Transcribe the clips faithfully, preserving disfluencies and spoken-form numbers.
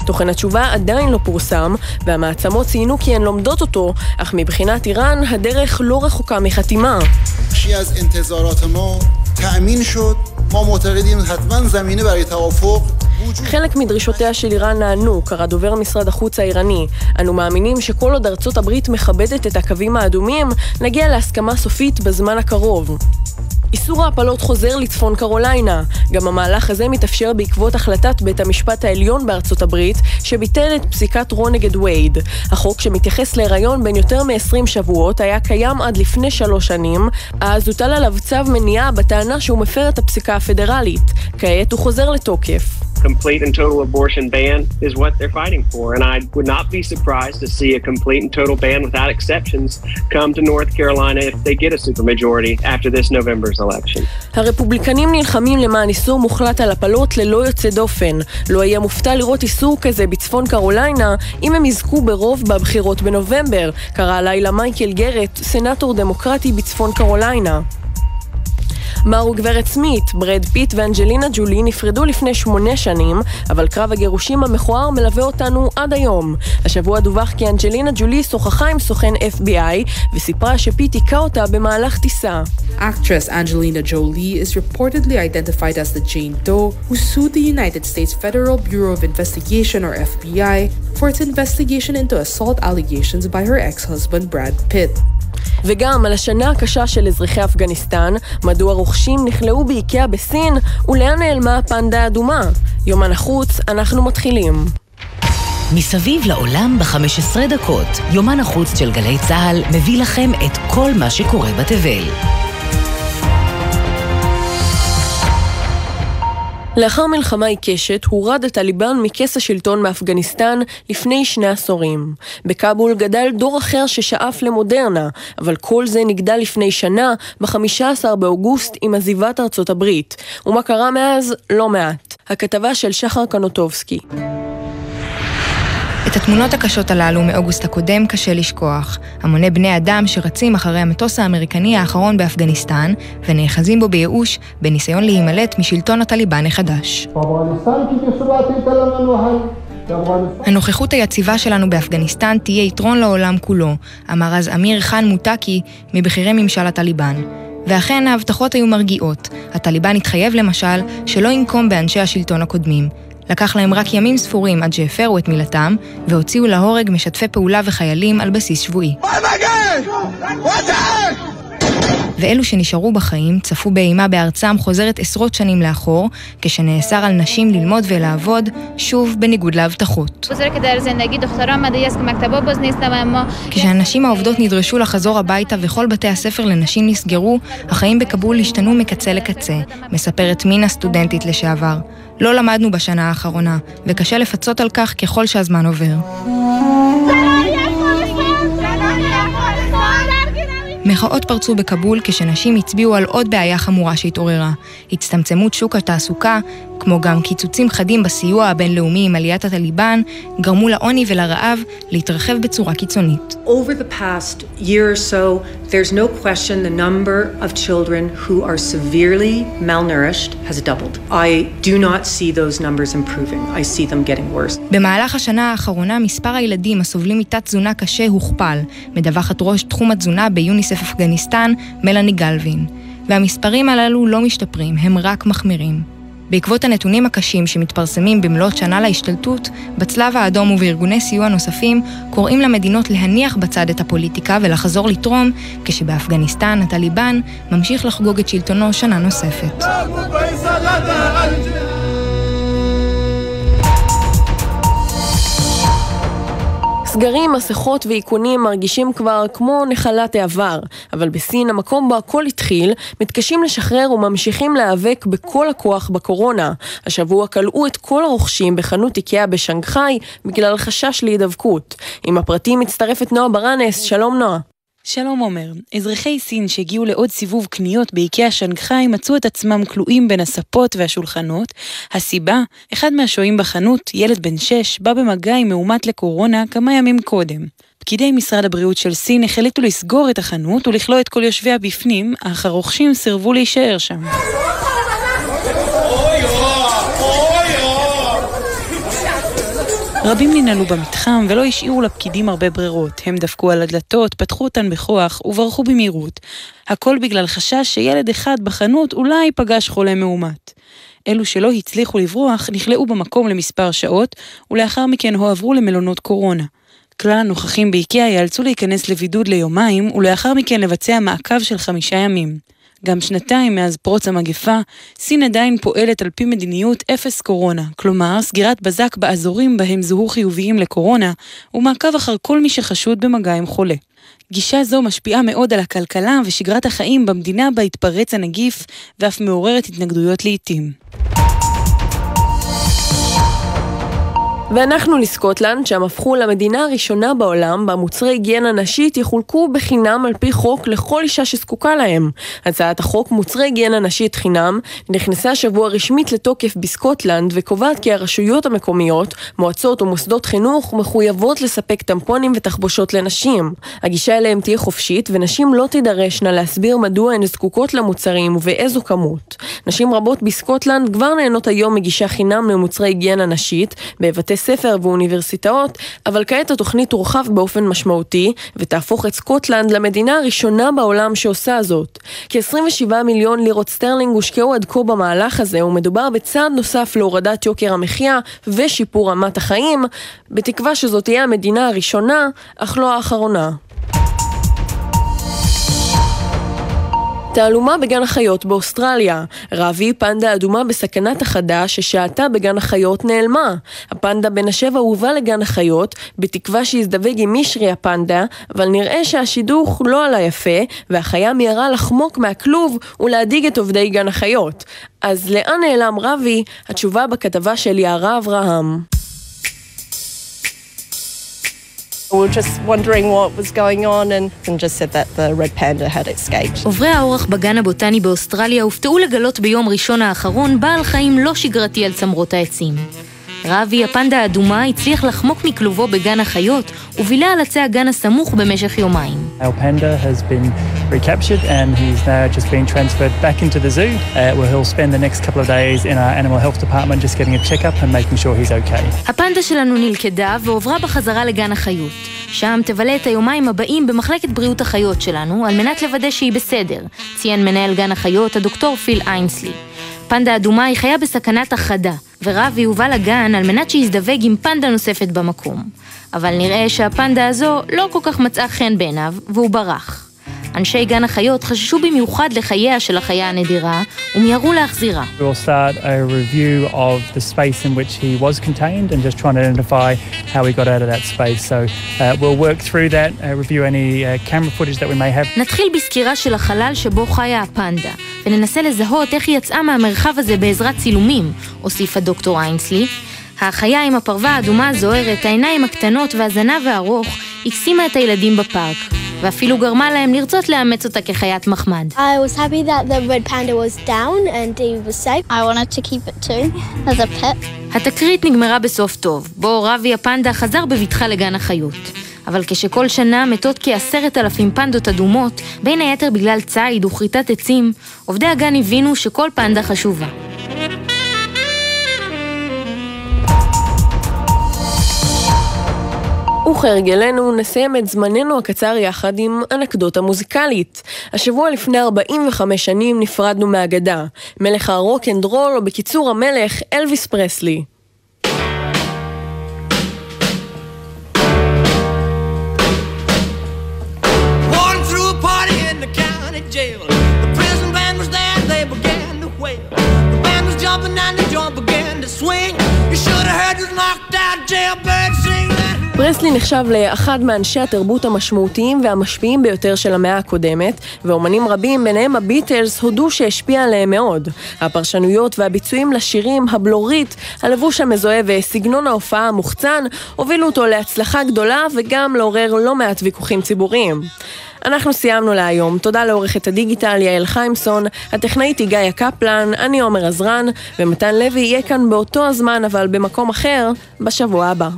תוכן התשובה עדיין לא פורסם, והמעצמות ציינו כי הן לומדות אותו, אך מבחינת איראן הדרך לא רחוקה מחתימה. از انتظارات ما تأمین شد ما معتقدیم حتما زمینه برای توافق. חלק מדרישותיה של איראן נענו, קרא דובר משרד החוץ האיראני. אנו מאמינים שכל עוד ארצות הברית מכבדת את הקווים האדומים, נגיע להסכמה סופית בזמן הקרוב. איסור ההפלות חוזר לצפון קרוליינה. גם המהלך הזה מתאפשר בעקבות החלטת בית המשפט העליון בארצות הברית, שביטל את פסיקת רו נגד וייד. החוק שמתייחס להיריון בין יותר מ-עשרים שבועות היה קיים עד לפני שלוש שנים, אז הוטל עליו צו מניעה בטענה שהוא מפר את הפסיקה הפדרלית. כעת הוא חוזר לתוקף. Complete and total abortion ban is what they're fighting for, and I would not be surprised to see a complete and total ban without exceptions come to North Carolina if they get a supermajority after this November's election. הרפובליקנים נלחמים למען איסור מוחלט על הפלות ללא יוצא דופן. לא יהיה מופתע לראות איסור כזה בצפון קרוליינה אם הם יזכו ברוב בבחירות בנובמבר, קרא הלילה מייקל גרט, סנטור דמוקרטי בצפון קרוליינה. מר וגברת סמית, ברד פיט ואנג'לינה ג'ולי נפרדו לפני שמונה שנים, אבל קרב הגירושים המכוער מלווה אותנו עד היום. השבוע דווח כי אנג'לינה ג'ולי שוחחה עם סוכן אף בי איי וסיפרה שפיט היכה אותה במהלך טיסה. Actress Angelina Jolie is reportedly identified as the Jane Doe who sued the United States Federal Bureau of Investigation or F B I for its investigation into assault allegations by her ex-husband Brad Pitt. וגם על השנה הקשה של אזרחי אפגניסטן, מדוע רוכשים נכלאו באיקאה בסין, ולאן נעלמה הפנדה האדומה. יומן החוץ, אנחנו מתחילים. מסביב לעולם ב-חמש עשרה דקות, יומן החוץ של גלי צהל מביא לכם את כל מה שקורה בתבל. לאחר מלחמה עיקשת, הורד הטליבן מכס השלטון מאפגניסטן לפני שני עשורים. בקאבול גדל דור אחר ששאף למודרנה, אבל כל זה נגדל לפני שנה, ב-חמישה עשר באוגוסט, עם עזיבת ארצות הברית. ומה קרה מאז? לא מעט. הכתבה של שחר קנוטובסקי. את התמונות הקשות הללו מאוגוסט הקודם קשה לשכוח. המוני בני אדם שרצים אחרי המטוס האמריקני האחרון באפגניסטן ונאחזים בו בייאוש בניסיון להימלט משלטון הטליבן החדש. הנוכחות היציבה שלנו באפגניסטן תהיה יתרון לעולם כולו, אמר אז אמיר חאן מוטקי מבכירי ממשל הטליבן. ואכן ההבטחות היו מרגיעות. הטליבן התחייב למשל שלא ינקום באנשי השלטון הקודמים. לקח להם רק ימים ספורים עד שהפרו את מילתם, והוציאו להורג משתפי פעולה וחיילים על בסיס שבועי. ואלו שנשארו בחיים צפו באימה בארצם חוזרת עשרות שנים לאחור, כשנאסר על נשים ללמוד ולעבוד, שוב בניגוד להבטחות. כשהנשים העובדות נדרשו לחזור הביתה וכל בתי הספר לנשים נסגרו, החיים בקבול השתנו מקצה לקצה, מספרת מינה סטודנטית לשעבר. לא למדנו בשנה האחרונה, וקשה לפצות על כך ככל שהזמן עובר. מחאות פרצו בקבול כשנשים הצביעו על עוד בעיה חמורה שהתעוררה. הצטמצמות שוק התעסוקה, כמו גם קיצוצים חדים בסיוע הבינלאומי עם עליית הטליבן, גרמו לעוני ולרעב להתרחב בצורה קיצונית. Over the past year or so, there's no question the number of children who are severely malnourished has doubled. I do not see those numbers improving. I see them getting worse. במהלך השנה האחרונה מספר הילדים הסובלים מתת תזונה קשה הוכפל, מדווחת ראש תחום התזונה ביוניסף אפגניסטן, מלאני גלווין. והמספרים הללו לא משתפרים, הם רק מחמירים. בעקבות הנתונים הקשים שמתפרסמים במלאת שנה להשתלטות, בצלב האדום ובארגוני סיוע נוספים קוראים למדינות להניח בצד את הפוליטיקה ולחזור לתרום, כשבאפגניסטן הטליבן ממשיך לחגוג את שלטונו שנה נוספת. סגרים, מסכות ואיכונים מרגישים כבר כמו נחלת העבר, אבל בסין, המקום בו הכל התחיל, מתקשים לשחרר וממשיכים להיאבק בכל הכוח בקורונה. השבוע קלעו את כל הרוכשים בחנות איקאה בשנגחאי בגלל חשש להידבקות. עם הפרטים מצטרפת נועה ברנס. שלום נועה. שלום עומר, אזרחי סין שהגיעו לעוד סיבוב קניות באיקאה שנגחאי מצאו את עצמם כלואים בין הספות והשולחנות. הסיבה, אחד מהשוהים בחנות, ילד בן שש, בא במגע עם מאומת לקורונה כמה ימים קודם. פקידי משרד הבריאות של סין החליטו לסגור את החנות ולכלוא את כל יושביה בפנים, אך הרוכשים סירבו להישאר שם. רבים ננעלו במתחם ולא השאירו לפקידים הרבה ברירות. הם דפקו על הדלתות, פתחו אותן בכוח וברחו במהירות. הכל בגלל חשש שילד אחד בחנות אולי פגש חולה מאומת. אלו שלא הצליחו לברוח נכלאו במקום למספר שעות, ולאחר מכן הועברו למלונות קורונה. כלל הנוכחים באיקאה יאלצו להיכנס לבידוד ליומיים, ולאחר מכן לבצע מעקב של חמישה ימים. גם שנתיים מאז פרוץ המגפה, סין עדיין פועלת על פי מדיניות אפס קורונה, כלומר סגירת בזק באזורים בהם זוהו חיוביים לקורונה, ומעקב אחר כל מי שחשוד במגע עם חולה. גישה זו משפיעה מאוד על הכלכלה ושגרת החיים במדינה בה התפרץ הנגיף, ואף מעוררת התנגדויות לעתים. ואנחנו לסקוטלנד, שם הפכו למדינה הראשונה בעולם בה מוצרי היגיינה נשית יחולקו בחינם על פי חוק לכל אישה שזקוקה להם. הצעת החוק מוצרי היגיינה נשית חינם נכנסה שבוע רשמית לתוקף בסקוטלנד וקובעת כי הרשויות המקומיות, מועצות ומוסדות חינוך מחויבות לספק טמפונים ותחבושות לנשים. הגישה אליהם תהיה חופשית ונשים לא תידרשנה להסביר מדוע הן זקוקות למוצרים ובאיזו כמות. נשים רבות בסקוטלנד כבר נהנות היום מגישה חינם למוצרי היגיינה נשית בבתי ספר ואוניברסיטאות, אבל כעת התוכנית תורחב באופן משמעותי ותהפוך את סקוטלנד למדינה הראשונה בעולם שעושה זאת. כ-עשרים ושבעה מיליון לירות סטרלינג הושקעו עד כה במהלך הזה, ומדובר בצעד נוסף להורדת יוקר המחיה ושיפור רמת החיים, בתקווה שזאת תהיה המדינה הראשונה, אך לא האחרונה. תעלומה בגן החיות באוסטרליה. ראבי, פנדה אדומה בסכנת החדה ששעתה בגן החיות נעלמה. הפנדה בן השבע הובא לגן החיות בתקווה שיזדווג עם מישרי הפנדה, אבל נראה שהשידוך לא עלה יפה והחיה מיהרה לחמוק מהכלוב ולהדיג את עובדי גן החיות. אז לאן נעלם ראבי? התשובה בכתבה של יערה אברהם. We were just wondering what was going on and, and just said that the red panda had escaped. עוברי האורח בגן הבוטני באוסטרליה הופתעו לגלות ביום ראשון האחרון בעל חיים לא שגרתי על צמרות העצים. ראבי, הפנדה האדומה, הצליח לחמוק מכלובו בגן החיות ובילה על עצי הגן הסמוך במשך יומיים. Our panda has been recaptured and he's now just been transferred back into the zoo uh, where he'll spend the next couple of days in our animal health department just getting a check-up and making sure he's okay. הפנדה שלנו נלכדה ועוברה בחזרה לגן החיות. שם תבלה את היומיים הבאים במחלקת בריאות החיות שלנו על מנת לוודא שהיא בסדר, ציין מנהל גן החיות הדוקטור פיל איינסלי. פנדה אדומה היא חיה בסכנת החדה, וראבי הובא לגן על מנת שיזדווג עם פנדה נוספת במקום. אבל נראה שהפנדה הזו לא כל כך מצאה חן בעיניו, והוא ברח. אנשי גן החיות חששו במיוחד לחייה של החיה הנדירה, ומיהרו להחזירה. We will start a review of the space in which he was contained and just trying to identify how he got out of that space. So uh, we'll work through that, uh, review any uh, camera footage that we may have. נתחיל בסקירה של החלל שבו חיה הפנדה, וננסה לזהות איך היא יצאה מהמרחב הזה בעזרת צילומים, הוסיף הדוקטור איינסלי. החיה עם הפרווה האדומה הזוהרת, העיניים הקטנות והזנב הארוך, הקסימה את הילדים בפארק, ואפילו גרמה להם לרצות לאמץ אותה כחיית מחמד. I was happy that the red panda was down and he was safe. I wanted to keep it too as a pet. התקרית נגמרה בסוף טוב, בו ראבי הפנדה חזר בבטחה לגן החיות. אבל כשכל שנה מתות כעשרת אלפים פנדות אדומות, בין היתר בגלל ציד וכריתת עצים, עובדי הגן הבינו שכל פנדה חשובה. וכהרגלנו נסיים את זמננו הקצר יחד עם אנקדוטה מוזיקלית. השבוע לפני ארבעים וחמש שנים נפרדנו מהאגדה, מלך הרוק אנד רול, או בקיצור המלך אלוויס פרסלי. פרסלי נחשב לאחד מאנשי התרבות המשמעותיים והמשפיעים ביותר של המאה הקודמת, ואומנים רבים, ביניהם הביטלס, הודו שהשפיע עליהם מאוד. הפרשנויות והביצועים לשירים, הבלורית, הלבוש המזוהה וסגנון ההופעה המוחצן, הובילו אותו להצלחה גדולה וגם לעורר לא מעט ויכוחים ציבוריים. אנחנו סיימנו להיום. תודה לעורכת הדיגיטל יעל חיימסון, הטכנאית גאיה קפלן, אני עומר עזרן, ומתן לוי יהיה כאן באותו הזמן אבל במקום אחר בשבוע הבא.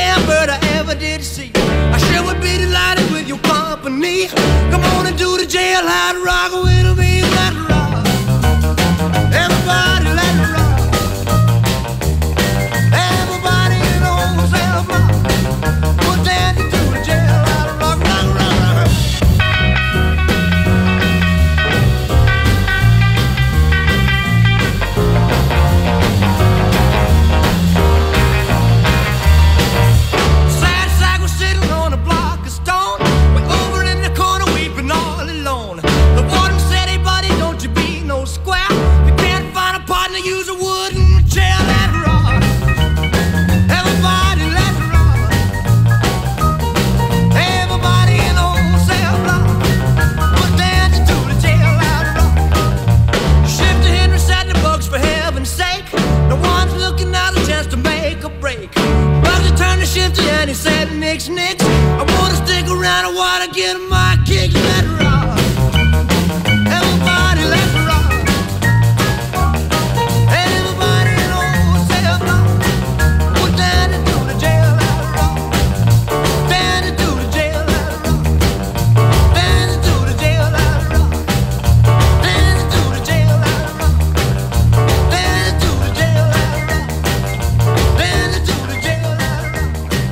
Come on and do the jail. jailhouse rock with me, let it rock. Everybody let it rock. Everybody in the whole cell block. Put Danny to the jailhouse rock, rock, rock, rock. Sad sack was sitting on a block of stone, way over in the corner weeping all alone. The warden said, hey buddy, don't you be no square. You can't find a partner, use a wooden chair. Let it rock. Everybody let it rock. Everybody in the whole cell block. Put Danny to the jail, let it rock. Shifter Henry said the bugs for heaven's sake. No one's looking out a chance to make a break. Bugsy turned to Shifter and he said, nix, nix. I wanna stick around, I wanna get my kicks. Let it rock. Everybody let it rock. Everybody in the whole cell block. Put Danny to the jail, let it rock. Danny to the jail, let it rock. Danny to the jail, let it rock. Danny to the jail, let it rock. Danny to the jail, let it rock. Danny to the jail, let it rock.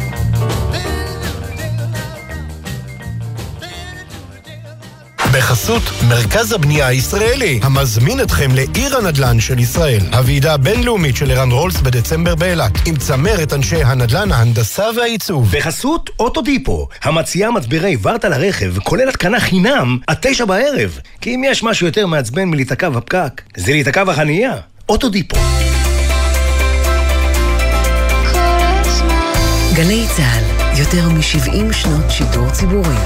בחסות מרכז הבנייה הישראלי, המזמין אתכם לעיר הנדל"ן של ישראל. הוועידה הבינלאומית של ערן רולס בדצמבר באילת, עם צמרת אנשי הנדל"ן, ההנדסה והעיצוב. בחסות אוטודיפו, המציעה מצברי ורטה לרכב, כולל התקנה חינם עד תשע בערב. כי אם יש משהו יותר מעצבן מלהיתקע בפקק, זה להיתקע בחנייה. אוטודיפו. גלי צהל, יותר מ-שבעים שנות שידור ציבורי.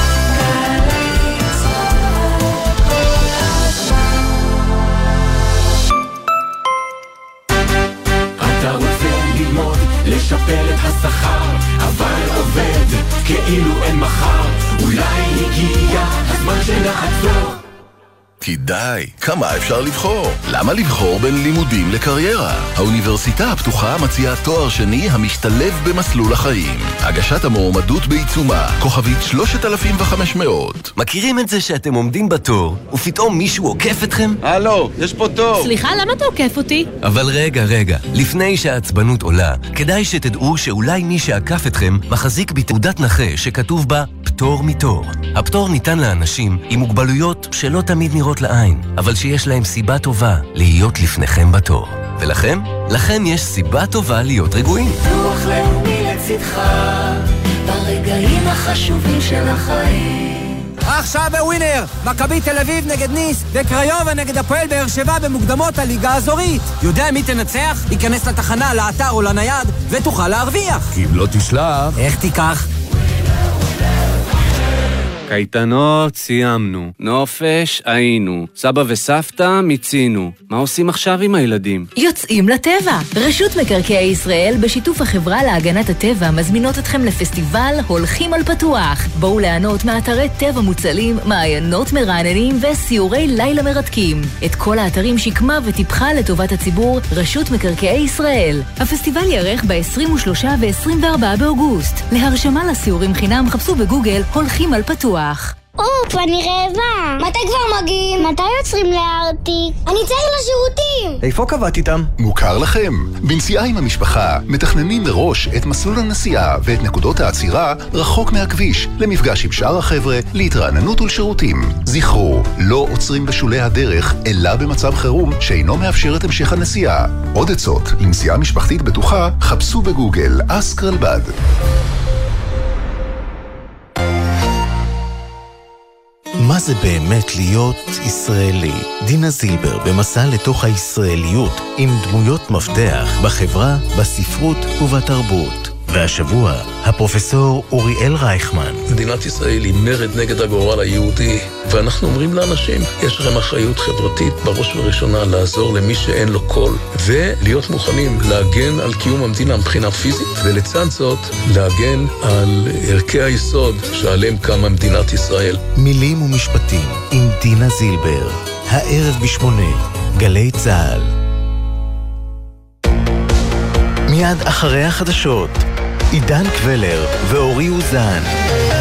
אתה רוצה ללמוד, לשפר את השכר, אבל עובד כאילו אין מחר. אולי הגיע הזמן שנעצור. כדאי, כמה אפשר לבחור? למה לבחור בין לימודים לקריירה? האוניברסיטה הפתוחה מציעה תואר שני המשתלב במסלול החיים. הגשת המועמדות בעיצומה, כוכבית שלושת אלפים וחמש מאות. מכירים את זה שאתם עומדים בתור, ופתאום מישהו עוקף אתכם? הלו, יש פה תור. סליחה, למה אתה עוקף אותי? אבל רגע, רגע, לפני שהעצבנות עולה, כדאי שתדעו שאולי מי שעקף אתכם מחזיק בתעודת נכה שכתוב בה פטור מתור. הפטור ניתן לאנשים עם מוגבלויות שלא תמיד נראות לעין, אבל שיש להם סיבה טובה להיות לפניכם בתור. ולכם? לכם יש סיבה טובה להיות רגועים. רוח לאומי לצדך, ברגעים החשובים של החיים. עכשיו בווינר, מכבי תל אביב נגד ניס, וקריובה נגד הפועל באר שבע במוקדמות הליגה האזורית. יודע מי תנצח? ייכנס לתחנה, לאתר או לנייד, ותוכל להרוויח. כי אם לא תשלח... איך תיקח? קייטנות סיימנו, נופש היינו, סבא וסבתא מיצינו. מה עושים עכשיו עם הילדים? יוצאים לטבע. רשות מקרקעי ישראל בשיתוף החברה להגנת הטבע מזמינות אתכם לפסטיבל הולכים על פתוח. בואו ליהנות מאתרי טבע מוצלים, מעיינות מרעננים וסיורי לילה מרתקים. את כל האתרים שקמה וטיפחה לטובת הציבור רשות מקרקעי ישראל. הפסטיבל יארך ב-עשרים ושלושה ו-עשרים וארבעה באוגוסט. להרשמה לסיורים חינם חפשו בגוגל הולכים על פתוח. אוף, אני רעבה. מתי כבר מגיעים? מתי יוצרים לארטיק? אני צריך לשירותים. איפה קבעת איתם? מוכר לכם. בנסיעה עם המשפחה מתכננים מראש את מסלול הנסיעה ואת נקודות העצירה רחוק מהכביש, למפגש עם שאר החבר'ה, להתרעננות ולשירותים. זכרו, לא עוצרים בשולי הדרך, אלא במצב חירום שאינו מאפשר את המשך הנסיעה. עוד עצות לנסיעה משפחתית בטוחה, חפשו בגוגל אסק רלב"ד. מה זה באמת להיות ישראלי? דינה זילבר במסע לתוך הישראליות עם דמויות מפתח בחברה, בספרות ובתרבות. והשבוע, הפרופסור אוריאל רייכמן. מדינת ישראל היא מרד נגד הגורל היהודי, ואנחנו אומרים לאנשים, יש לכם אחריות חברתית בראש וראשונה לעזור למי שאין לו קול, ולהיות מוכנים להגן על קיום המדינה מבחינה פיזית, ולצד זאת להגן על ערכי היסוד שעליהם קמה מדינת ישראל. מילים ומשפטים עם דינה זילבר, הערב בשמונה, גלי צהל. מיד אחרי החדשות, עידן קבלר ואורי אוזן.